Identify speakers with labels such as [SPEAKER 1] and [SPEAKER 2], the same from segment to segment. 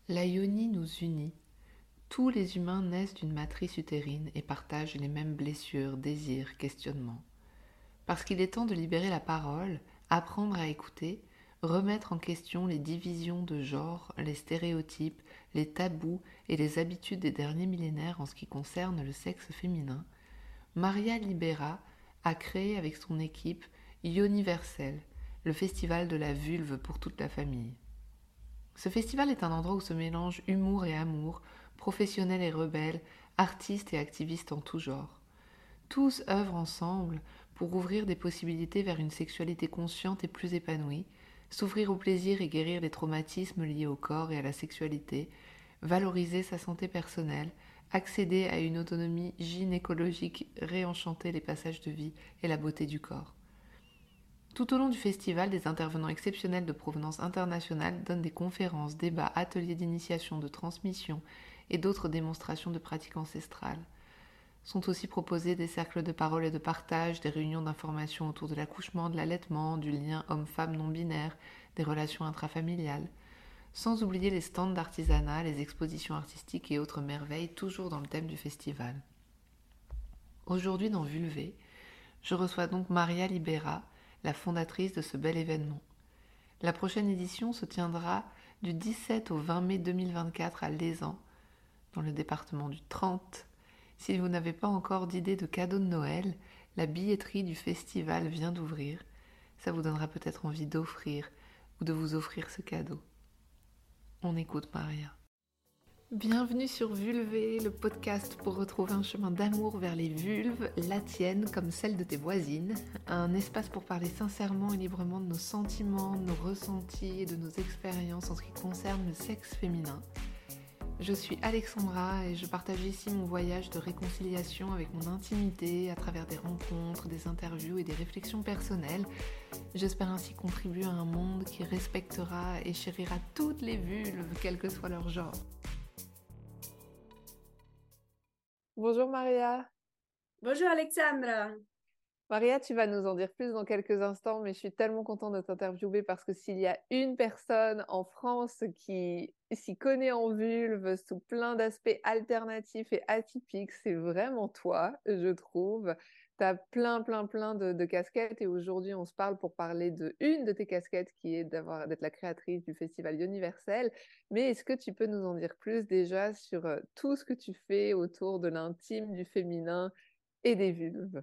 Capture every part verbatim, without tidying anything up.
[SPEAKER 1] La yoni nous unit. Tous les humains naissent d'une matrice utérine et partagent les mêmes blessures, désirs, questionnements. Parce qu'il est temps de libérer la parole, apprendre à écouter, remettre en question les divisions de genre, les stéréotypes, les tabous et les habitudes des derniers millénaires en ce qui concerne le sexe féminin, Maria Libera a créé avec son équipe Yoniversel, le festival de la vulve pour toute la famille. Ce festival est un endroit où se mélangent humour et amour, professionnels et rebelles, artistes et activistes en tout genre. Tous œuvrent ensemble pour ouvrir des possibilités vers une sexualité consciente et plus épanouie, s'ouvrir au plaisir et guérir les traumatismes liés au corps et à la sexualité, valoriser sa santé personnelle, accéder à une autonomie gynécologique, réenchanter les passages de vie et la beauté du corps. Tout au long du festival, des intervenants exceptionnels de provenance internationale donnent des conférences, débats, ateliers d'initiation, de transmission et d'autres démonstrations de pratiques ancestrales. Sont aussi proposés des cercles de parole et de partage, des réunions d'information autour de l'accouchement, de l'allaitement, du lien homme-femme non-binaire, des relations intrafamiliales, sans oublier les stands d'artisanat, les expositions artistiques et autres merveilles, toujours dans le thème du festival. Aujourd'hui dans Vulvé, je reçois donc Maria Libera, la fondatrice de ce bel événement. La prochaine édition se tiendra du dix-sept au vingt mai deux mille vingt-quatre à Lézan, dans le département du Trente. Si vous n'avez pas encore d'idée de cadeau de Noël, la billetterie du festival vient d'ouvrir. Ça vous donnera peut-être envie d'offrir ou de vous offrir ce cadeau. On écoute Maria. Bienvenue sur Vulvé, le podcast pour retrouver un chemin d'amour vers les vulves, la tienne comme celle de tes voisines. Un espace pour parler sincèrement et librement de nos sentiments, de nos ressentis et de nos expériences en ce qui concerne le sexe féminin. Je suis Alexandra et je partage ici mon voyage de réconciliation avec mon intimité à travers des rencontres, des interviews et des réflexions personnelles. J'espère ainsi contribuer à un monde qui respectera et chérira toutes les vulves, quel que soit leur genre. Bonjour Maria.
[SPEAKER 2] Bonjour Alexandra.
[SPEAKER 1] Maria, tu vas nous en dire plus dans quelques instants, mais je suis tellement contente de t'interviewer parce que s'il y a une personne en France qui s'y connaît en vulve sous plein d'aspects alternatifs et atypiques, c'est vraiment toi, je trouve. Tu as plein, plein, plein de, de casquettes et aujourd'hui, on se parle pour parler de une de tes casquettes qui est d'avoir, d'être la créatrice du Festival Yoniversel. Mais est-ce que tu peux nous en dire plus déjà sur euh, tout ce que tu fais autour de l'intime, du féminin et des vulves?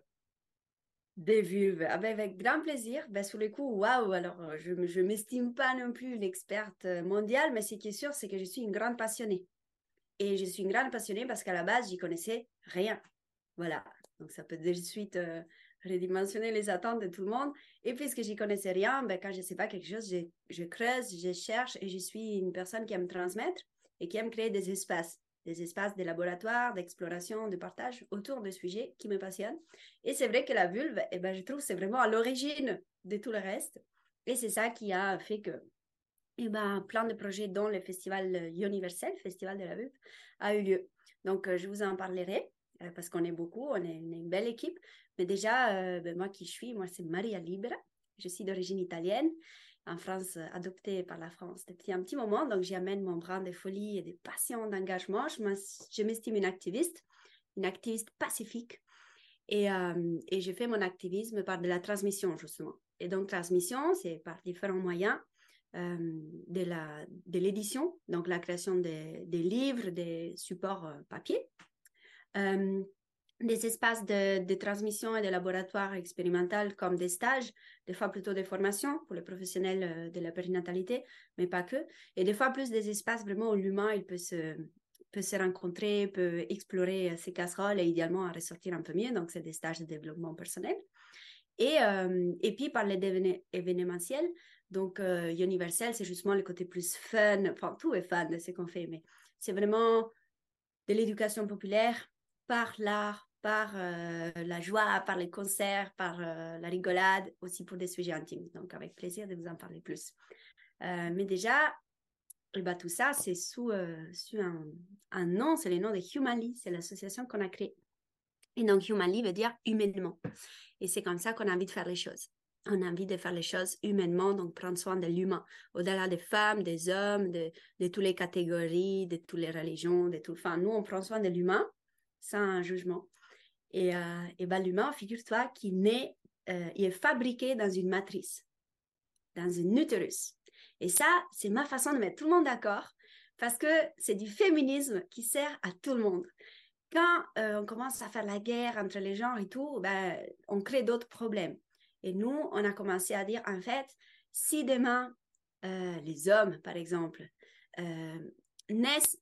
[SPEAKER 2] Des vulves. Ah ben, avec grand plaisir. Ben, sur le coup, waouh. Alors, euh, je ne m'estime pas non plus l'experte euh, mondiale, mais ce qui est sûr, c'est que je suis une grande passionnée. Et je suis une grande passionnée parce qu'à la base, j'y connaissais rien. Voilà. Donc, ça peut de suite euh, redimensionner les attentes de tout le monde. Et puisque j'y connaissais rien, ben, quand je ne sais pas quelque chose, je, je creuse, je cherche et je suis une personne qui aime transmettre et qui aime créer des espaces. Des espaces de laboratoire, d'exploration, de partage autour de sujets qui me passionnent. Et c'est vrai que la vulve, eh ben, je trouve c'est vraiment à l'origine de tout le reste. Et c'est ça qui a fait que eh ben, plein de projets dont le festival Universel, Festival de la vulve, a eu lieu. Donc, euh, je vous en parlerai euh, parce qu'on est beaucoup, on est, on est une belle équipe. Mais déjà, euh, ben, moi qui je suis, moi c'est Maria Libera. Je suis d'origine italienne, en France, euh, adoptée par la France depuis un petit moment. Donc, j'y amène mon brin de folie et de passion, d'engagement. Je, je m'estime une activiste, une activiste pacifique. Et, euh, et je fais mon activisme par de la transmission, justement. Et donc, transmission, c'est par différents moyens euh, de, la, de l'édition, donc la création des, des livres, des supports euh, papier, euh, des espaces de, de transmission et de laboratoires expérimentaux comme des stages, des fois plutôt des formations pour les professionnels euh, de la périnatalité, mais pas que, et des fois plus des espaces vraiment où l'humain il peut se, peut se rencontrer, peut explorer ses casseroles et idéalement à ressortir un peu mieux, donc c'est des stages de développement personnel. Et, euh, et puis par les événementiels, donc euh, Universel, c'est justement le côté plus fun, enfin tout est fun de ce qu'on fait, mais c'est vraiment de l'éducation populaire par l'art, par euh, la joie, par les concerts, par euh, la rigolade, aussi pour des sujets intimes. Donc avec plaisir de vous en parler plus. Euh, mais déjà, eh ben, tout ça, c'est sous, euh, sous un, un nom, c'est le nom de Humanly, c'est l'association qu'on a créée. Et donc Humanly veut dire humainement. Et c'est comme ça qu'on a envie de faire les choses. on a envie de faire les choses humainement, donc prendre soin de l'humain, au-delà des femmes, des hommes, de, de toutes les catégories, de toutes les religions, de tout. Enfin, nous, on prend soin de l'humain sans un jugement. Et, euh, et ben, l'humain, figure-toi qu'il naît, euh, il est fabriqué dans une matrice, dans une utérus. Et ça, c'est ma façon de mettre tout le monde d'accord, parce que c'est du féminisme qui sert à tout le monde. Quand euh, on commence à faire la guerre entre les genres et tout, ben, on crée d'autres problèmes. Et nous, on a commencé à dire, en fait, si demain, euh, les hommes, par exemple, euh, naissent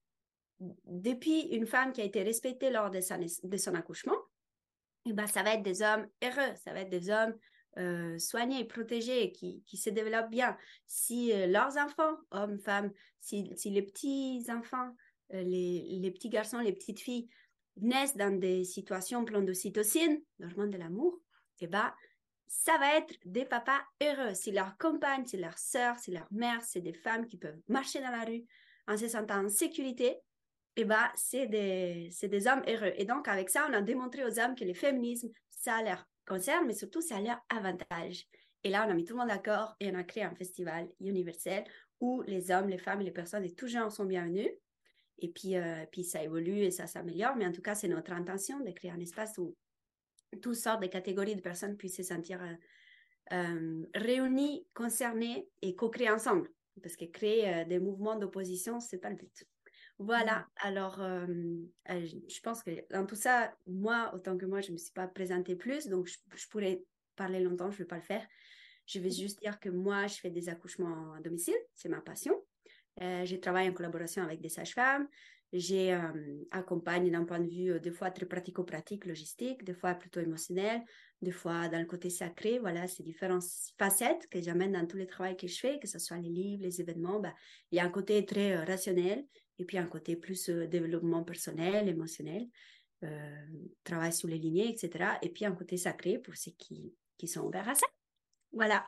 [SPEAKER 2] depuis une femme qui a été respectée lors de, sa, de son accouchement, et ben, ça va être des hommes heureux, ça va être des hommes euh, soignés, protégés, qui, qui se développent bien. Si euh, leurs enfants, hommes, femmes, si, si les petits-enfants, euh, les, les petits garçons, les petites filles, naissent dans des situations pleines d'ocytocine, l'hormone de l'amour, et ben, ça va être des papas heureux. Si leur compagne, si leur sœur, si leur mère, c'est des femmes qui peuvent marcher dans la rue en se sentant en sécurité, et ben, c'est des, c'est des hommes heureux. Et donc, avec ça, on a démontré aux hommes que le féminisme, ça leur concerne, mais surtout, ça leur avantage. Et là, on a mis tout le monde d'accord et on a créé un festival universel où les hommes, les femmes et les personnes de tout genre sont bienvenus. Et puis, euh, puis ça évolue et ça s'améliore. Mais en tout cas, c'est notre intention de créer un espace où toutes sortes de catégories de personnes puissent se sentir euh, euh, réunies, concernées et co-créer ensemble. Parce que créer euh, des mouvements d'opposition, ce n'est pas le but. Voilà, mmh. alors euh, je pense que dans tout ça, moi, autant que moi, je ne me suis pas présentée plus, donc je, je pourrais parler longtemps, je ne vais pas le faire. Je vais juste dire que moi, je fais des accouchements à domicile, c'est ma passion. Euh, je travaille en collaboration avec des sages-femmes. J'ai euh, accompagne d'un point de vue euh, des fois très pratico-pratique, logistique, des fois plutôt émotionnel, des fois dans le côté sacré. Voilà, c'est différentes facettes que j'amène dans tous les travaux que je fais, que ce soit les livres, les événements. Bah, il y a un côté très euh, rationnel et puis un côté plus euh, développement personnel, émotionnel, euh, travail sur les lignées, et cetera. Et puis un côté sacré pour ceux qui, qui sont ouverts à ça. Voilà.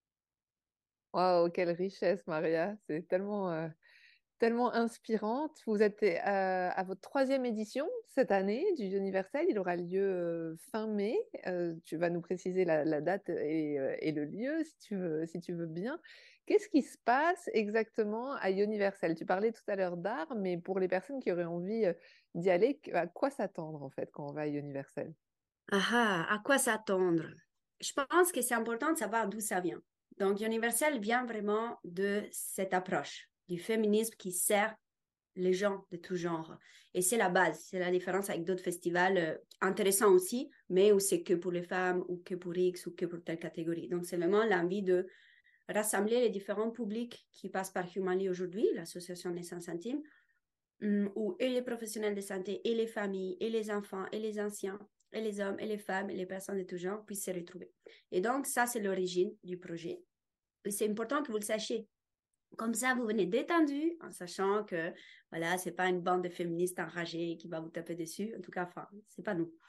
[SPEAKER 1] Waouh, quelle richesse, Maria. C'est tellement, euh, tellement inspirante. Vous êtes euh, à votre troisième édition cette année du Universel. Il aura lieu euh, fin mai. Euh, tu vas nous préciser la, la date et, euh, et le lieu si tu veux, si tu veux bien. Qu'est-ce qui se passe exactement à Universel? Tu parlais tout à l'heure d'art, mais pour les personnes qui auraient envie euh, d'y aller, à quoi s'attendre en fait quand on va à Universel?
[SPEAKER 2] Ah, à quoi s'attendre? Je pense que c'est important de savoir d'où ça vient. Donc, Universel vient vraiment de cette approche du féminisme qui sert les gens de tout genre. Et c'est la base, c'est la différence avec d'autres festivals euh, intéressants aussi, mais où c'est que pour les femmes ou que pour X ou que pour telle catégorie. Donc, c'est vraiment l'envie de rassembler les différents publics qui passent par Humanly aujourd'hui, l'association Naissance Intime, où et les professionnels de santé, et les familles, et les enfants, et les anciens, et les hommes, et les femmes, et les personnes de tout genre puissent se retrouver. Et donc, ça, c'est l'origine du projet. Et c'est important que vous le sachiez. Comme ça, vous venez détendu en sachant que, voilà, c'est pas une bande de féministes enragées qui va vous taper dessus. En tout cas, enfin, c'est pas nous.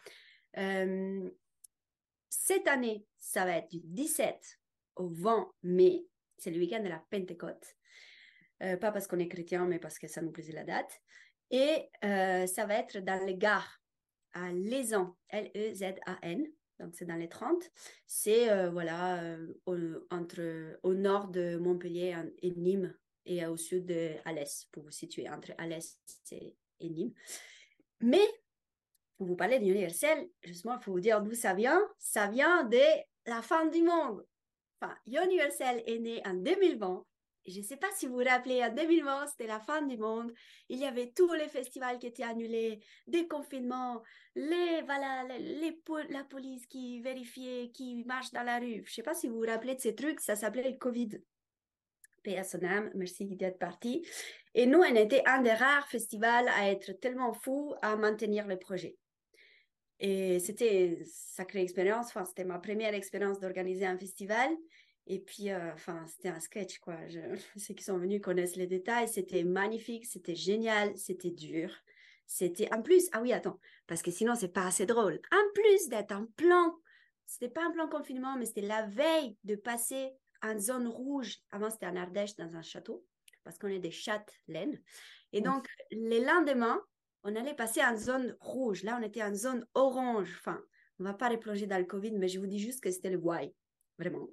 [SPEAKER 2] Euh, cette année, ça va être du dix-sept au vingt mai. C'est le week-end de la Pentecôte. Euh, pas parce qu'on est chrétien, mais parce que ça nous plaisait la date. Et euh, ça va être dans les gares à Lézan, L E Z A N. Donc, c'est dans les trente. C'est, euh, voilà, euh, au, entre, au nord de Montpellier et Nîmes et au sud de Alès, pour vous situer entre Alès et, et Nîmes. Mais, pour vous parler d'Universel, justement, il faut vous dire d'où ça vient. Ça vient de la fin du monde. Enfin, Universel est né en deux mille vingt. Je ne sais pas si vous vous rappelez, en deux mille vingt, c'était la fin du monde. Il y avait tous les festivals qui étaient annulés, des confinements, les, voilà, les, les, la police qui vérifiait, qui marche dans la rue. Je ne sais pas si vous vous rappelez de ces trucs, ça s'appelait le Covid. Paix à son âme, merci d'être parti. Et nous, on était un des rares festivals à être tellement fous à maintenir le projet. Et c'était une sacrée expérience. Enfin, c'était ma première expérience d'organiser un festival. Et puis, euh, enfin, c'était un sketch, quoi. Je, ceux qui sont venus connaissent les détails. C'était magnifique, c'était génial, c'était dur. C'était, en plus, ah oui, attends, parce que sinon, c'est pas assez drôle. En plus d'être en plan, c'était pas un plan confinement, mais c'était la veille de passer en zone rouge. Avant, c'était en Ardèche, dans un château, parce qu'on est des châtelaines. Et donc, les lendemains, on allait passer en zone rouge. Là, on était en zone orange. Enfin, on ne va pas replonger dans le Covid, mais je vous dis juste que c'était le why. vraiment.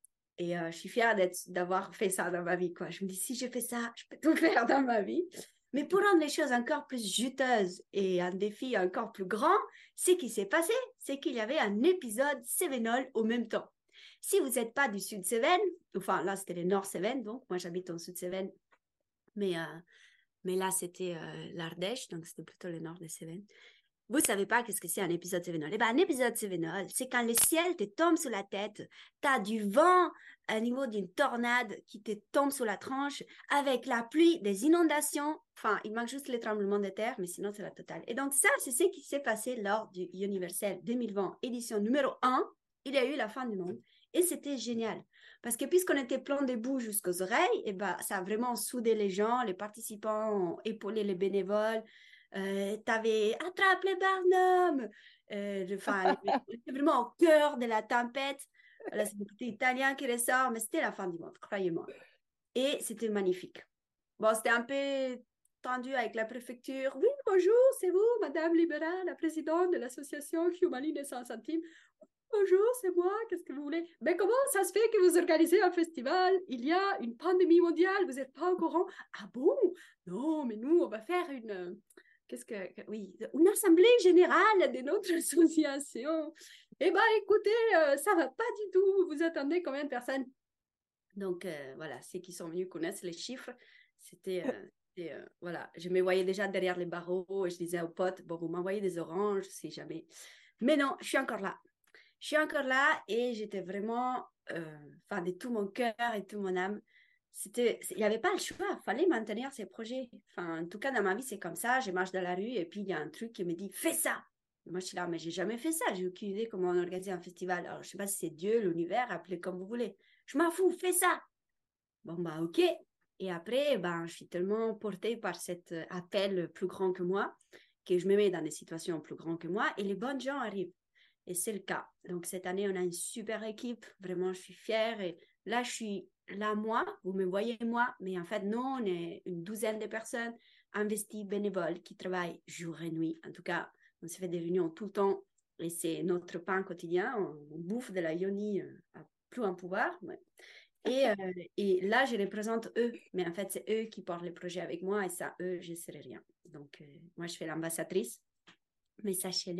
[SPEAKER 2] Et euh, je suis fière d'avoir fait ça dans ma vie, quoi. Je me dis, si je fais ça, je peux tout faire dans ma vie. Mais pour rendre les choses encore plus juteuses et un défi encore plus grand, ce qui s'est passé, c'est qu'il y avait un épisode Cévenol au même temps. Si vous n'êtes pas du Sud Cévennes, enfin là c'était le Nord Cévennes, donc moi j'habite au Sud Cévennes, mais, euh, mais là c'était euh, l'Ardèche, donc c'était plutôt le Nord des Cévennes. Vous ne savez pas qu'est-ce que c'est un épisode Cévenol. Eh bien, un épisode Cévenol, c'est quand le ciel te tombe sur la tête, tu as du vent à niveau d'une tornade qui te tombe sur la tranche, avec la pluie, des inondations. Enfin, il manque juste les tremblements de terre, mais sinon, c'est la totale. Et donc, ça, c'est ce qui s'est passé lors du Universel deux mille vingt, édition numéro un. Il y a eu la fin du monde. Et c'était génial. Parce que puisqu'on était plein de boue jusqu'aux oreilles, eh ben, ça a vraiment soudé les gens, les participants ont épaulé les bénévoles. Euh, tu avais attrape les Barnum. Euh, enfin, c'était vraiment au cœur de la tempête. Là, c'est le côté italien qui ressort, mais c'était la fin du monde, croyez-moi. Et c'était magnifique. Bon, c'était un peu tendu avec la préfecture. Oui, bonjour, c'est vous, Madame Libera, la présidente de l'association Humanine et cent centimes. Bonjour, c'est moi, qu'est-ce que vous voulez? Mais comment ça se fait que vous organisez un festival? Il y a une pandémie mondiale, vous n'êtes pas au courant? Ah bon? Non, mais nous, on va faire une... Qu'est-ce que... Oui, une assemblée générale de notre association. Eh bien, écoutez, euh, ça ne va pas du tout. Vous attendez combien de personnes? Donc, euh, voilà, ceux qui sont venus connaissent les chiffres. C'était... Euh, euh, voilà, je me voyais déjà derrière les barreaux et je disais aux potes, bon, vous m'envoyez des oranges, si jamais. Mais non, je suis encore là. Je suis encore là et j'étais vraiment, enfin, euh, de tout mon cœur et toute mon âme. C'était, il n'y avait pas le choix, il fallait maintenir ces projets. Enfin, en tout cas, dans ma vie, c'est comme ça. Je marche dans la rue et puis il y a un truc qui me dit, fais ça. Et moi, je suis là, mais j'ai jamais fait ça. J'ai aucune idée comment on organise un festival. Alors, je sais pas si c'est Dieu, l'univers, appelez comme vous voulez. Je m'en fous, fais ça. Bon, bah, ok. Et après, ben, je suis tellement portée par cet appel plus grand que moi que je me mets dans des situations plus grandes que moi et les bonnes gens arrivent. Et c'est le cas. Donc, cette année, on a une super équipe. Vraiment, je suis fière. Et là, je suis là, moi. Vous me voyez, moi. Mais en fait, nous, on est une douzaine de personnes investies, bénévoles, qui travaillent jour et nuit. En tout cas, on se fait des réunions tout le temps. Et c'est notre pain quotidien. On, on bouffe de la yoni euh, à plus un pouvoir. Ouais. Et, euh, et là, je représente eux. Mais en fait, c'est eux qui portent le projet avec moi. Et ça, eux, je ne serai rien. Donc, euh, moi, je fais l'ambassadrice. Mais sachez-le.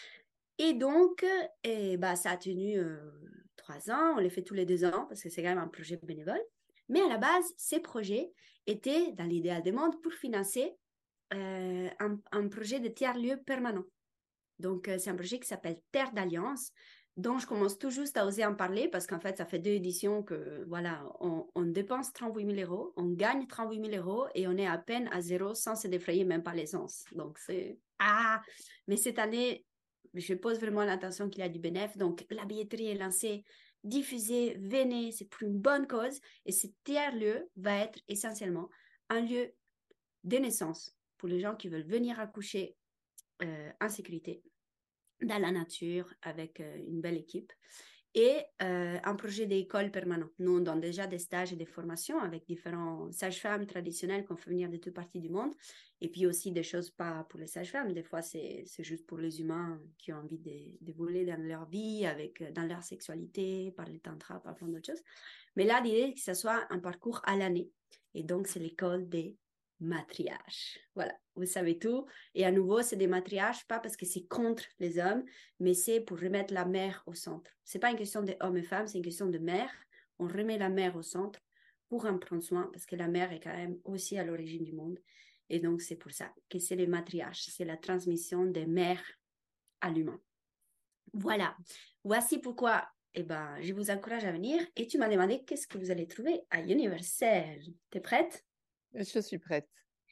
[SPEAKER 2] Et donc, et bah, ça a tenu euh, trois ans. On les fait tous les deux ans parce que c'est quand même un projet bénévole. Mais à la base, ces projets étaient, dans l'idéal des mondes, pour financer euh, un, un projet de tiers-lieu permanent. Donc, euh, c'est un projet qui s'appelle Terre d'Alliance, dont je commence tout juste à oser en parler parce qu'en fait, ça fait deux éditions que, voilà, on, on dépense trente-huit mille euros, on gagne trente-huit mille euros et on est à peine à zéro sans se défrayer même pas l'essence. Donc, c'est... Ah! Mais cette année, je pose vraiment l'intention qu'il y a du bénéfice. Donc, la billetterie est lancée, diffusée, venez, c'est pour une bonne cause. Et ce tiers-lieu va être essentiellement un lieu de naissance pour les gens qui veulent venir accoucher euh, en sécurité, dans la nature, avec euh, une belle équipe. Et euh, un projet d'école permanent. Nous, on donne déjà des stages et des formations avec différents sages-femmes traditionnelles qu'on fait venir de toutes parties du monde. Et puis aussi des choses pas pour les sages-femmes. Des fois, c'est, c'est juste pour les humains qui ont envie de, de voler dans leur vie, avec, dans leur sexualité, par le tantra, par plein d'autres choses. Mais là, l'idée, c'est que ce soit un parcours à l'année. Et donc, c'est l'école des matriarches. Voilà, vous savez tout. Et à nouveau, c'est des matriarches, pas parce que c'est contre les hommes, mais c'est pour remettre la mère au centre. C'est pas une question de hommes et femmes, c'est une question de mère. On remet la mère au centre pour en prendre soin, parce que la mère est quand même aussi à l'origine du monde. Et donc, c'est pour ça que c'est les matriarches. C'est la transmission des mères à l'humain. Voilà. Voici pourquoi eh ben, je vous encourage à venir. Et tu m'as demandé qu'est-ce que vous allez trouver à Universel. T'es prête?
[SPEAKER 1] Je suis prête.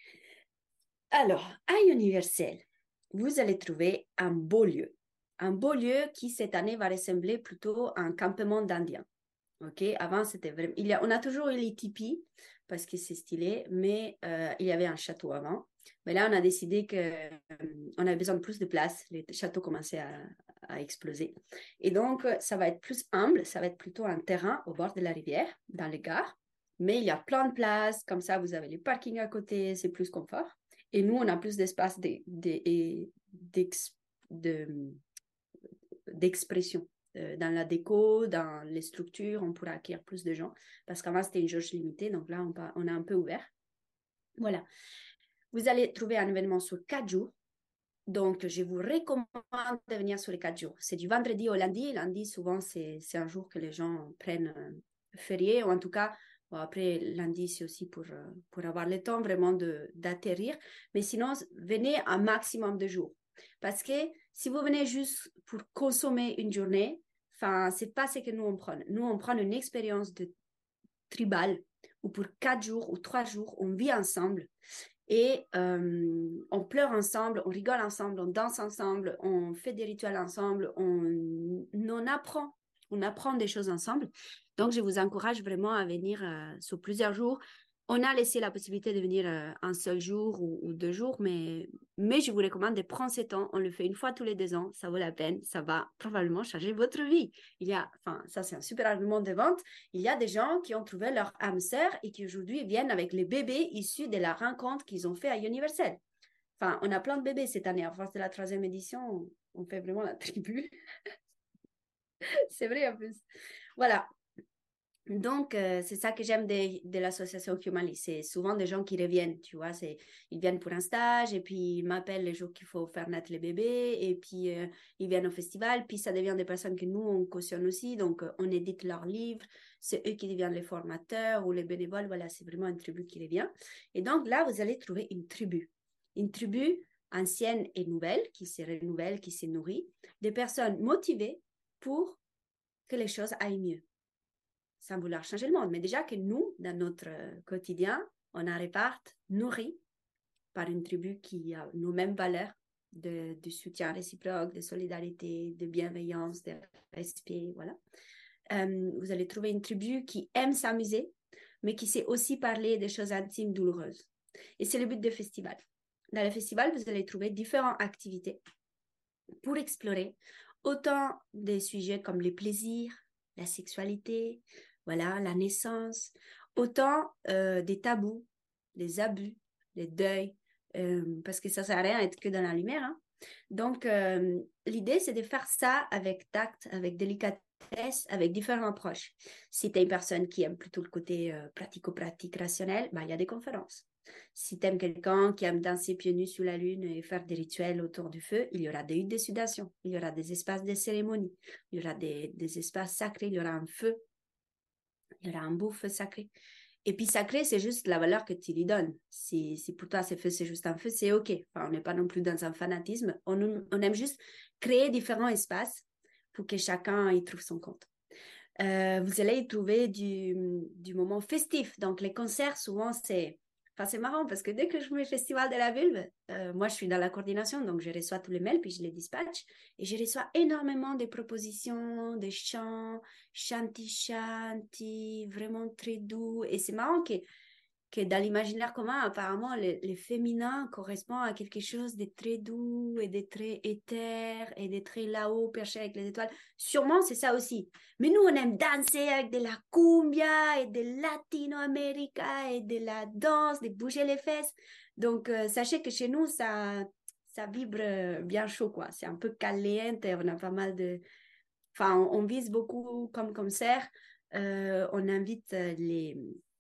[SPEAKER 2] Alors, à Universel, vous allez trouver un beau lieu. Un beau lieu qui, cette année, va ressembler plutôt à un campement d'Indiens. Ok, avant, c'était vraiment... Il y a... On a toujours eu les tipis, parce que c'est stylé, mais euh, il y avait un château avant. Mais là, on a décidé qu'on euh, avait besoin de plus de place. Les châteaux commençaient à, à exploser. Et donc, ça va être plus humble. Ça va être plutôt un terrain au bord de la rivière, dans les gares. Mais il y a plein de places. Comme ça, vous avez les parkings à côté. C'est plus confort. Et nous, on a plus d'espace de, de, de, d'expression. euh, dans la déco, dans les structures, on pourra accueillir plus de gens. Parce qu'avant, c'était une jauge limitée. Donc là, on, on a un peu ouvert. Voilà. Vous allez trouver un événement sur quatre jours. Donc, je vous recommande de venir sur les quatre jours. C'est du vendredi au lundi. Lundi, souvent, c'est un jour que les gens prennent euh, férié. Ou en tout cas, bon, après, lundi, c'est aussi pour, euh, pour avoir le temps vraiment d'atterrir. Mais sinon, venez un maximum de jours. Parce que si vous venez juste pour consommer une journée, enfin, c'est pas ce que nous, on prend. Nous, on prend une expérience de tribal où pour quatre jours ou trois jours, on vit ensemble. Et euh, on pleure ensemble, on rigole ensemble, on danse ensemble, on fait des rituels ensemble, on, on apprend, on apprend des choses ensemble. Donc, je vous encourage vraiment à venir euh, sur plusieurs jours. On a laissé la possibilité de venir euh, un seul jour ou, ou deux jours, mais, mais je vous recommande de prendre ce temps. On le fait une fois tous les deux ans, ça vaut la peine, ça va probablement changer votre vie. Il y a, enfin, ça c'est un super argument de vente. Il y a des gens qui ont trouvé leur âme sœur et qui aujourd'hui viennent avec les bébés issus de la rencontre qu'ils ont fait à Universel. Enfin, on a plein de bébés cette année. À force de la troisième édition, on, on fait vraiment la tribu. C'est vrai en plus. Voilà. Donc, euh, c'est ça que j'aime de, de l'association Humali. C'est souvent des gens qui reviennent, tu vois. Ils viennent pour un stage et puis ils m'appellent les jours qu'il faut faire naître les bébés et puis euh, ils viennent au festival. Puis ça devient des personnes que nous, on cautionne aussi. Donc, euh, on édite leurs livres. C'est eux qui deviennent les formateurs ou les bénévoles. Voilà, c'est vraiment une tribu qui revient. Et donc, là, vous allez trouver une tribu. Une tribu ancienne et nouvelle, qui se renouvelle, qui se nourrit. Des personnes motivées pour que les choses aillent mieux. Sans vouloir changer le monde, mais déjà que nous, dans notre quotidien, on a répart nourri par une tribu qui a nos mêmes valeurs de, de soutien réciproque, de solidarité, de bienveillance, de respect, voilà. Euh, vous allez trouver une tribu qui aime s'amuser, mais qui sait aussi parler des choses intimes, douloureuses. Et c'est le but du festival. Dans le festival, vous allez trouver différentes activités pour explorer autant des sujets comme les plaisirs, la sexualité, voilà, la naissance, autant euh, des tabous, des abus, des deuils, euh, parce que ça ne sert à rien d'être que dans la lumière. Hein. Donc, euh, l'idée, c'est de faire ça avec tact, avec délicatesse, avec différentes approches. Si tu es une personne qui aime plutôt le côté euh, pratico-pratique rationnel, bah, il y a des conférences. Si tu aimes quelqu'un qui aime danser pieds nus sous la lune et faire des rituels autour du feu, il y aura des huttes de sudation, il y aura des espaces de cérémonie, il y aura des, des espaces sacrés, il y aura un feu, il y aura un beau feu sacré. Et puis sacré, c'est juste la valeur que tu lui donnes. Si, si pour toi, ce feu, c'est juste un feu, c'est OK. Enfin, on n'est pas non plus dans un fanatisme. On, on aime juste créer différents espaces pour que chacun y trouve son compte. Euh, vous allez y trouver du, du moment festif. Donc, les concerts, souvent, c'est... Enfin, c'est marrant parce que dès que je mets Festival de la Vulve, euh, moi, je suis dans la coordination, donc je reçois tous les mails, puis je les dispatche. Et je reçois énormément de propositions, de chants, chanti-chanti, vraiment très doux. Et c'est marrant que, que dans l'imaginaire commun, apparemment, le, le féminin correspond à quelque chose de très doux et de très éther et de très là-haut, perché avec les étoiles. Sûrement, c'est ça aussi. Mais nous, on aime danser avec de la cumbia et de latino-américa et de la danse, de bouger les fesses. Donc, euh, sachez que chez nous, ça, ça vibre bien chaud, quoi. C'est un peu caliente, on a pas mal de... Enfin, on, on vise beaucoup comme concert. Euh, on invite les...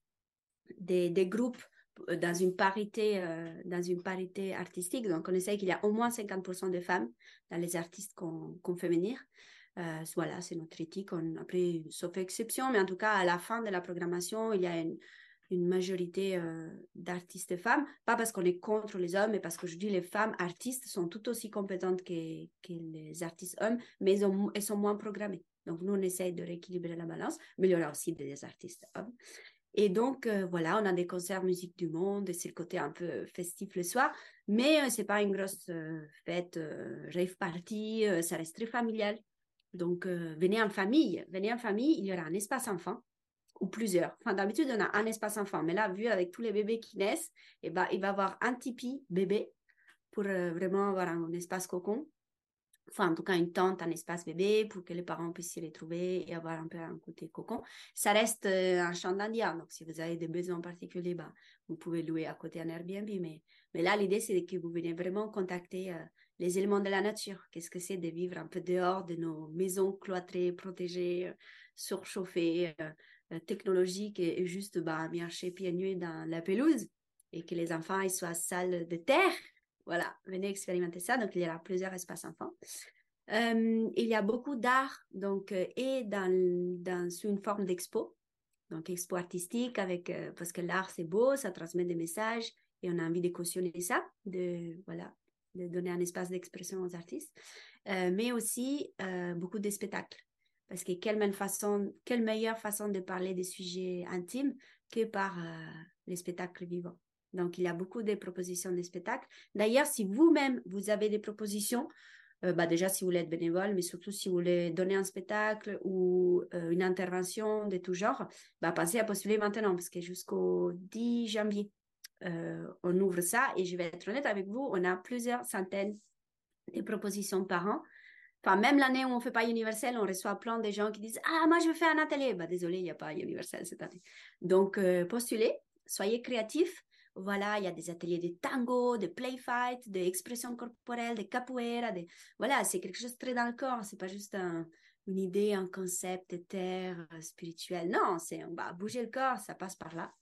[SPEAKER 2] Des, des groupes dans une parité euh, dans une parité artistique. Donc, on essaie qu'il y a au moins cinquante pour cent de femmes dans les artistes qu'on qu'on fait venir. Euh, voilà, c'est notre éthique. On, après, sauf exception, mais en tout cas, à la fin de la programmation, il y a une, une majorité euh, d'artistes femmes. Pas parce qu'on est contre les hommes, mais parce que je dis les femmes artistes sont tout aussi compétentes que, que les artistes hommes, mais elles, ont, elles sont moins programmées. Donc, nous, on essaie de rééquilibrer la balance, mais il y aura aussi des artistes hommes. Et donc, euh, voilà, on a des concerts musique du monde, et c'est le côté un peu festif le soir, mais euh, c'est pas une grosse euh, fête, euh, rave party, euh, ça reste très familial. Donc, euh, venez en famille, venez en famille, il y aura un espace enfant, ou plusieurs. Enfin, d'habitude, on a un espace enfant, mais là, vu avec tous les bébés qui naissent, eh ben, il va y avoir un tipi bébé pour euh, vraiment avoir un espace cocon. enfin en tout cas une tente, un espace bébé pour que les parents puissent s'y retrouver et avoir un peu un côté cocon. Ça reste euh, un champ d'Indien, donc si vous avez des besoins particuliers, bah, vous pouvez louer à côté un Airbnb. Mais, mais là, l'idée, c'est que vous venez vraiment contacter euh, les éléments de la nature. Qu'est-ce que c'est de vivre un peu dehors de nos maisons cloîtrées, protégées, euh, surchauffées, euh, euh, technologiques et, et juste bah, marcher pieds nus dans la pelouse et que les enfants ils soient sales de terre. Voilà, venez expérimenter ça. Donc, il y aura plusieurs espaces enfants. Euh, il y a beaucoup d'art, donc, euh, et dans, dans, sous une forme d'expo. Donc, expo artistique, avec, euh, parce que l'art, c'est beau, ça transmet des messages et on a envie de cautionner ça, de, voilà, de donner un espace d'expression aux artistes. Euh, mais aussi euh, beaucoup de spectacles. Parce que quelle, même façon, quelle meilleure façon de parler des sujets intimes que par euh, les spectacles vivants. Donc, il y a beaucoup de propositions de spectacles. D'ailleurs, si vous-même, vous avez des propositions, euh, bah déjà, si vous voulez être bénévole, mais surtout si vous voulez donner un spectacle ou euh, une intervention de tout genre, bah, pensez à postuler maintenant, parce que jusqu'au dix janvier, euh, on ouvre ça. Et je vais être honnête avec vous, on a plusieurs centaines de propositions par an. Enfin, même l'année où on ne fait pas Universel, on reçoit plein de gens qui disent « Ah, moi, je veux faire un atelier. » Bah, désolé, il n'y a pas Universel cette année. Donc, euh, postulez, soyez créatifs. Voilà, il y a des ateliers de tango, de play fight, d'expression corporelle, de capoeira. De... Voilà, c'est quelque chose de très dans le corps. C'est pas juste un, une idée, un concept terre spirituel. Non, c'est on va bouger le corps, ça passe par là.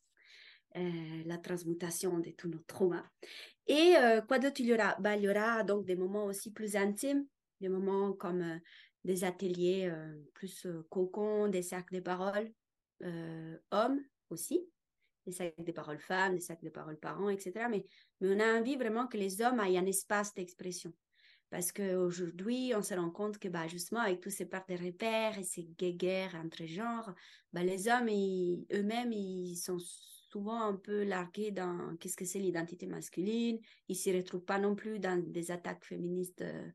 [SPEAKER 2] Euh, la transmutation de tous nos traumas. Et euh, quoi d'autre il y aura? Bah, il y aura donc des moments aussi plus intimes, des moments comme euh, des ateliers euh, plus euh, cocon, des cercles de parole euh, hommes aussi, des cercles de parole femmes, des cercles de parole parents, et cetera. Mais, mais on a envie vraiment que les hommes aient un espace d'expression. Parce qu'aujourd'hui, on se rend compte que bah, justement, avec tous ces parts de repères et ces guéguerres entre genres, bah, les hommes ils, eux-mêmes, ils sont souvent un peu largués dans qu'est-ce que c'est l'identité masculine. Ils ne s'y retrouvent pas non plus dans des attaques féministes. Euh,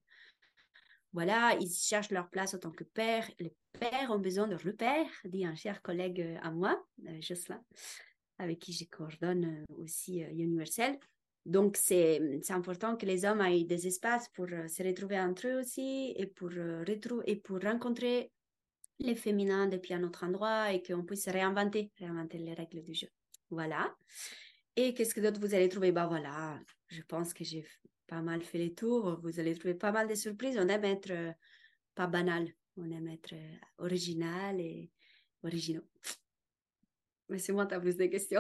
[SPEAKER 2] voilà, ils cherchent leur place en tant que père. Les pères ont besoin de repères, dit un cher collègue euh, à moi, euh, Jocelyn, avec qui je coordonne euh, aussi euh, Universel. Donc, c'est, c'est important que les hommes aient des espaces pour euh, se retrouver entre eux aussi et pour, euh, retrou- et pour rencontrer les féminins depuis un autre endroit et qu'on puisse réinventer, réinventer les règles du jeu. Voilà. Et qu'est-ce que d'autre vous allez trouver? Bah voilà, je pense que j'ai pas mal fait les tours. Vous allez trouver pas mal de surprises. On aime être euh, pas banal, on aime être euh, original et originaux. Mais c'est moi, tu as plus de questions.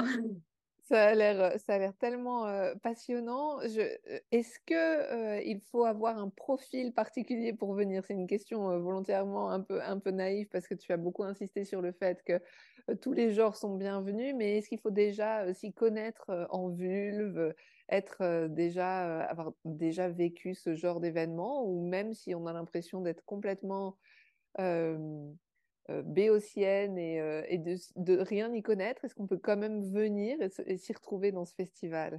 [SPEAKER 1] Ça a l'air, euh, ça a l'air tellement euh, passionnant. Je, euh, est-ce que euh, il faut avoir un profil particulier pour venir? C'est une question euh, volontairement un peu, un peu naïve parce que tu as beaucoup insisté sur le fait que euh, tous les genres sont bienvenus, mais est-ce qu'il faut déjà euh, s'y connaître euh, en vulve, euh, être euh, déjà, euh, avoir déjà vécu ce genre d'événement, ou même si on a l'impression d'être complètement euh, euh, béotienne et, euh, et de, de rien y connaître, est-ce qu'on peut quand même venir et, se- et s'y retrouver dans ce festival?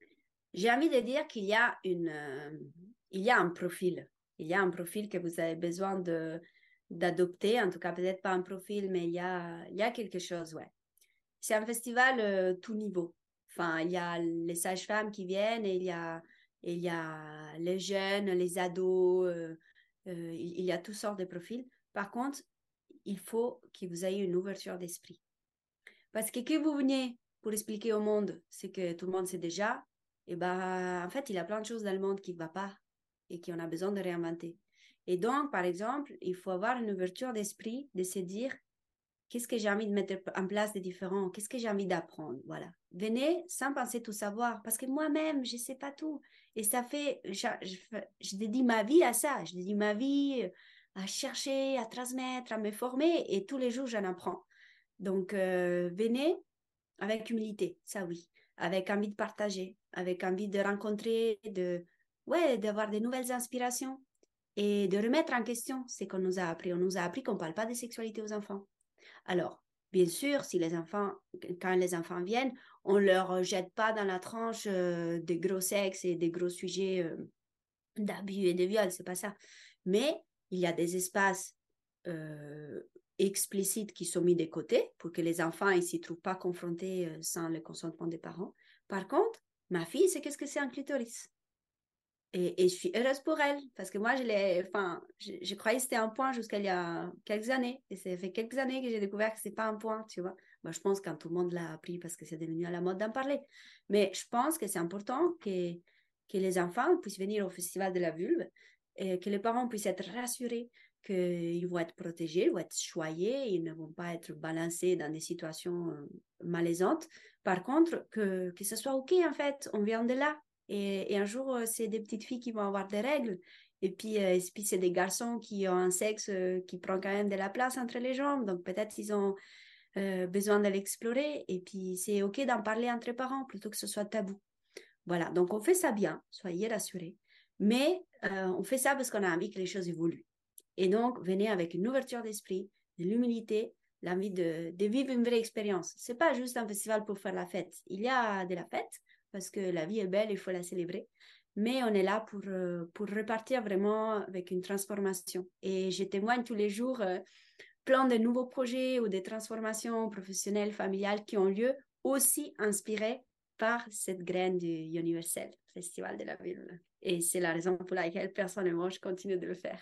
[SPEAKER 2] J'ai envie de dire qu'il y a une, euh, il y a un profil. Il y a un profil que vous avez besoin de, d'adopter. En tout cas, peut-être pas un profil, mais il y a, il y a quelque chose, ouais. C'est un festival euh, tout niveau. Enfin, il y a les sages-femmes qui viennent et il y a, et il y a les jeunes, les ados, euh, euh, il, il y a toutes sortes de profils. Par contre, il faut que vous ayez une ouverture d'esprit. Parce que que vous veniez pour expliquer au monde ce que tout le monde sait déjà, et ben, en fait, il y a plein de choses dans le monde qui ne va pas et qu'on a besoin de réinventer. Et donc, par exemple, il faut avoir une ouverture d'esprit, de se dire, qu'est-ce que j'ai envie de mettre en place de différent? Qu'est-ce que j'ai envie d'apprendre? Voilà. Venez sans penser tout savoir, parce que moi-même, je ne sais pas tout. Et ça fait, je, je, je dédie ma vie à ça. Je dédie ma vie à chercher, à transmettre, à me former, et tous les jours, j'en apprends. Donc, euh, venez avec humilité, ça oui, avec envie de partager, avec envie de rencontrer, de, ouais, d'avoir de nouvelles inspirations et de remettre en question ce qu'on nous a appris. On nous a appris qu'on ne parle pas de sexualité aux enfants. Alors, bien sûr, si les enfants, quand les enfants viennent, on ne leur jette pas dans la tranche euh, des gros sexes et des gros sujets euh, d'abus et de viol, c'est pas ça. Mais il y a des espaces euh, explicites qui sont mis de côté pour que les enfants ne s'y trouvent pas confrontés euh, sans le consentement des parents. Par contre, ma fille, c'est qu'est-ce que c'est un clitoris? Et, et je suis heureuse pour elle, parce que moi, je, l'ai, enfin, je, je croyais que c'était un point jusqu'à il y a quelques années. Et ça fait quelques années que j'ai découvert que ce n'est pas un point, tu vois. Moi, je pense quand tout le monde l'a appris parce que c'est devenu à la mode d'en parler. Mais je pense que c'est important que, que les enfants puissent venir au Festival de la Vulve et que les parents puissent être rassurés qu'ils vont être protégés, ils vont être choyés, ils ne vont pas être balancés dans des situations euh, malaisantes. Par contre, que, que ce soit OK, en fait, on vient de là. Et, et un jour, euh, c'est des petites filles qui vont avoir des règles. Et puis, euh, et puis c'est des garçons qui ont un sexe euh, qui prend quand même de la place entre les jambes. Donc, peut-être ils ont euh, besoin de l'explorer. Et puis, c'est OK d'en parler entre parents plutôt que ce soit tabou. Voilà. Donc, on fait ça bien, soyez rassurés. Mais euh, on fait ça parce qu'on a envie que les choses évoluent. Et donc, venez avec une ouverture d'esprit, de l'humilité, l'envie de, de vivre une vraie expérience. C'est pas juste un festival pour faire la fête. Il y a de la fête parce que la vie est belle, il faut la célébrer. Mais on est là pour, euh, pour repartir vraiment avec une transformation. Et je témoigne tous les jours euh, plein de nouveaux projets ou des transformations professionnelles, familiales qui ont lieu aussi inspirées par cette graine du Universel Festival de la Ville. Et c'est la raison pour laquelle personnellement je continue de le faire.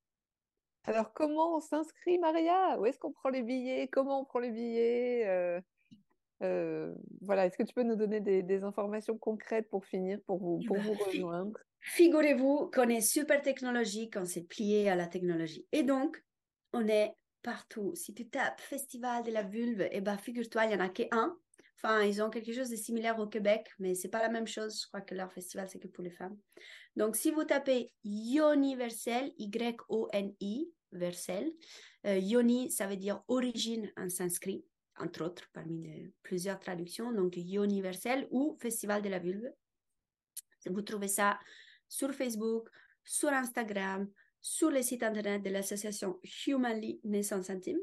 [SPEAKER 1] Alors, comment on s'inscrit, Maria? Où est-ce qu'on prend les billets? Comment on prend les billets? Euh, euh, voilà, est-ce que tu peux nous donner des, des informations concrètes pour finir, pour vous,
[SPEAKER 2] Eh
[SPEAKER 1] pour
[SPEAKER 2] ben,
[SPEAKER 1] vous
[SPEAKER 2] fi-
[SPEAKER 1] rejoindre?
[SPEAKER 2] Figurez-vous qu'on est super technologique, on s'est plié à la technologie. Et donc, on est partout. Si tu tapes Festival de la Vulve, eh ben, figure-toi, il n'y en a qu'un. Enfin, ils ont quelque chose de similaire au Québec, mais c'est pas la même chose. Je crois que leur festival, c'est que pour les femmes. Donc, si vous tapez Yoniversel, Y O N I, Versel, euh, Yoni, ça veut dire origine en sanskrit, entre autres, parmi de, plusieurs traductions. Donc, Yoniversel ou Festival de la Vulve. Vous trouvez ça sur Facebook, sur Instagram, sur le site internet de l'association Humanly Naissance Intime.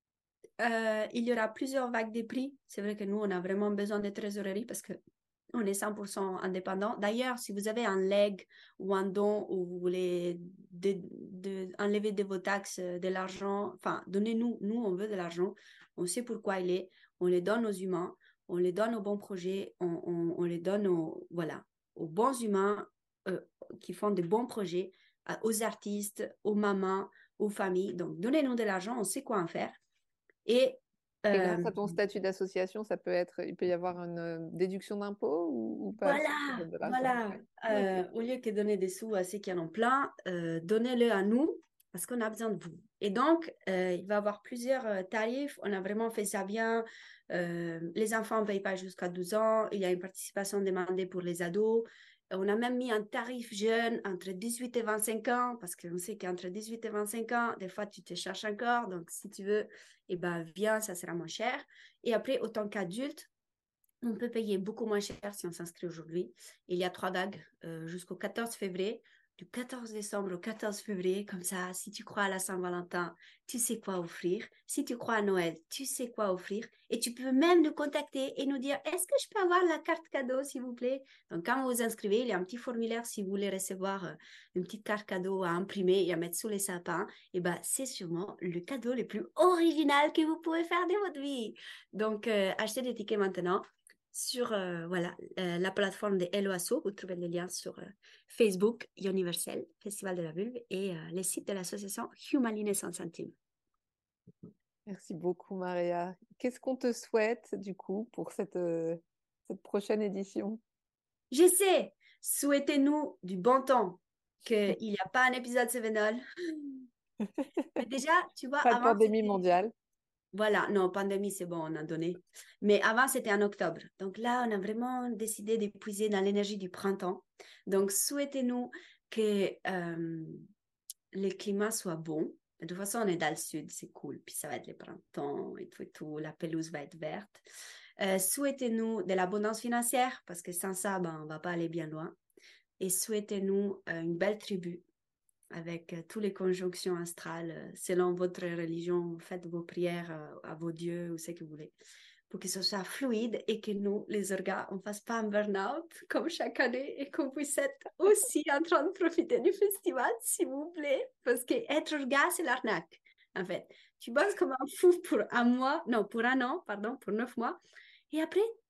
[SPEAKER 2] Euh, il y aura plusieurs vagues de prix. C'est vrai que nous, on a vraiment besoin de trésorerie parce que on est cent pour cent indépendant. D'ailleurs, si vous avez un leg ou un don ou vous voulez de, de, enlever de vos taxes de l'argent, enfin, donnez-nous. Nous, on veut de l'argent. On sait pourquoi il est. On les donne aux humains. On les donne aux bons projets. On, on, on les donne aux, voilà, aux bons humains euh, qui font de bons projets, aux artistes, aux mamans, aux familles. Donc, donnez-nous de l'argent. On sait quoi en faire. Et
[SPEAKER 1] Et
[SPEAKER 2] euh,
[SPEAKER 1] grâce à ton statut d'association, ça peut être, il peut y avoir une euh, déduction d'impôt ou, ou pas si on
[SPEAKER 2] voilà,
[SPEAKER 1] donne de l'argent.
[SPEAKER 2] voilà.
[SPEAKER 1] Ouais. Ok.
[SPEAKER 2] Euh, au lieu que donner des sous à ceux qui en ont plein, euh, donnez-le à nous parce qu'on a besoin de vous. Et donc, euh, il va y avoir plusieurs euh, tarifs. On a vraiment fait ça bien. Euh, les enfants ne payent pas jusqu'à douze ans. Il y a une participation demandée pour les ados. On a même mis un tarif jeune entre dix-huit et vingt-cinq ans parce qu'on sait qu'entre dix-huit et vingt-cinq ans, des fois, tu te cherches encore. Donc, si tu veux, eh ben, viens, ça sera moins cher. Et après, autant qu'adulte, on peut payer beaucoup moins cher si on s'inscrit aujourd'hui. Il y a trois dagues euh, jusqu'au quatorze février. Du quatorze décembre au quatorze février, comme ça, si tu crois à la Saint-Valentin, tu sais quoi offrir. Si tu crois à Noël, tu sais quoi offrir. Et tu peux même nous contacter et nous dire, est-ce que je peux avoir la carte cadeau, s'il vous plaît? Donc, quand vous vous inscrivez, il y a un petit formulaire si vous voulez recevoir euh, une petite carte cadeau à imprimer et à mettre sous les sapins. Et ben, c'est sûrement le cadeau le plus original que vous pouvez faire de votre vie. Donc, euh, achetez des tickets maintenant sur euh, voilà, euh, la plateforme de Hello Asso. Vous trouvez les liens sur euh, Facebook, Universel, Festival de la Vulve et euh, les sites de l'association Humanly Naissance Intime.
[SPEAKER 1] Merci beaucoup, Maria. Qu'est-ce qu'on te souhaite, du coup, pour cette, euh, cette prochaine édition?
[SPEAKER 2] Je sais, souhaitez-nous du bon temps, qu'il n'y a pas un épisode Sevenol. Mais déjà, tu vois,
[SPEAKER 1] Pas de
[SPEAKER 2] avant,
[SPEAKER 1] pandémie
[SPEAKER 2] c'était...
[SPEAKER 1] mondiale.
[SPEAKER 2] Voilà, non, pandémie, c'est bon, on a donné. Mais avant, c'était en octobre. Donc là, on a vraiment décidé d'épuiser dans l'énergie du printemps. Donc, souhaitez-nous que euh, le climat soit bon. De toute façon, on est dans le sud, c'est cool. Puis ça va être le printemps et tout et tout. La pelouse va être verte. Euh, souhaitez-nous de l'abondance financière parce que sans ça, ben, on ne va pas aller bien loin. Et souhaitez-nous euh, une belle tribu avec euh, toutes les conjonctions astrales. Euh, selon votre religion, faites vos prières euh, à vos dieux ou ce que vous voulez pour que ce soit fluide et que nous, les orgas, on ne fasse pas un burn-out comme chaque année et qu'on puisse être aussi en train de profiter du festival, s'il vous plaît. Parce qu'être orga, c'est l'arnaque, en fait. Tu bosses comme un fou pour un mois, non, pour un an, pardon, pour neuf mois. Et après,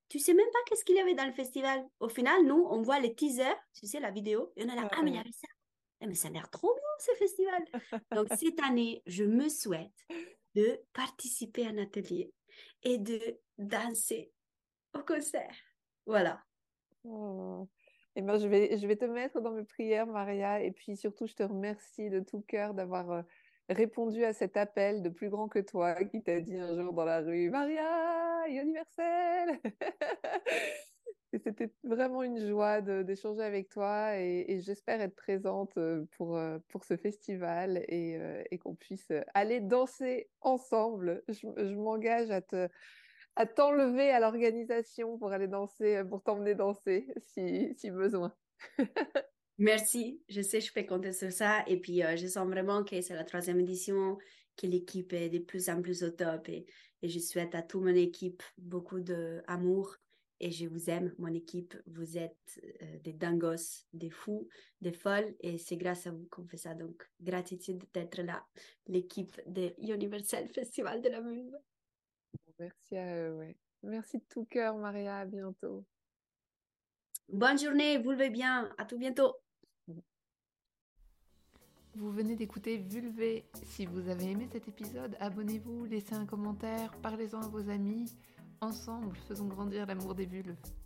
[SPEAKER 2] Tu sais même pas qu'est-ce qu'il y avait dans le festival. Au final, nous, on voit les teasers, tu sais, la vidéo, et on est là,
[SPEAKER 3] Ouais,
[SPEAKER 2] ah, mais il y
[SPEAKER 3] ouais.
[SPEAKER 2] avait ça. Eh, mais ça a l'air trop bien, ce festival. Donc, cette année, je me souhaite de participer à un atelier et de danser au concert. Voilà.
[SPEAKER 3] Oh. Eh ben, je vais, je vais te mettre dans mes prières, Maria, et puis surtout, je te remercie de tout cœur d'avoir euh, répondu à cet appel de plus grand que toi qui t'a dit un jour dans la rue, Maria, universel. Et c'était vraiment une joie de- d'échanger avec toi et, et j'espère être présente euh, pour, euh, pour ce festival et, euh, et qu'on puisse aller danser ensemble. Je, je m'engage à te, à t'enlever à l'organisation pour aller danser, pour t'emmener danser si, si besoin.
[SPEAKER 2] Merci. Je sais, je peux compter sur ça. Et puis, euh, je sens vraiment que c'est la troisième édition, que l'équipe est de plus en plus au top. Et, et je souhaite à toute mon équipe beaucoup d'amour. Et je vous aime, mon équipe. Vous êtes euh, des dingos, des fous, des folles. Et c'est grâce à vous qu'on fait ça. Donc, gratitude d'être là, l'équipe de Universal Festival de la Vulve.
[SPEAKER 3] Merci à eux, ouais. Merci de tout cœur, Maria. À bientôt.
[SPEAKER 2] Bonne journée, vous le bien. À tout bientôt.
[SPEAKER 1] Vous venez d'écouter Vulvé. Si vous avez aimé cet épisode, abonnez-vous, laissez un commentaire, parlez-en à vos amis. Ensemble, faisons grandir l'amour des vulves.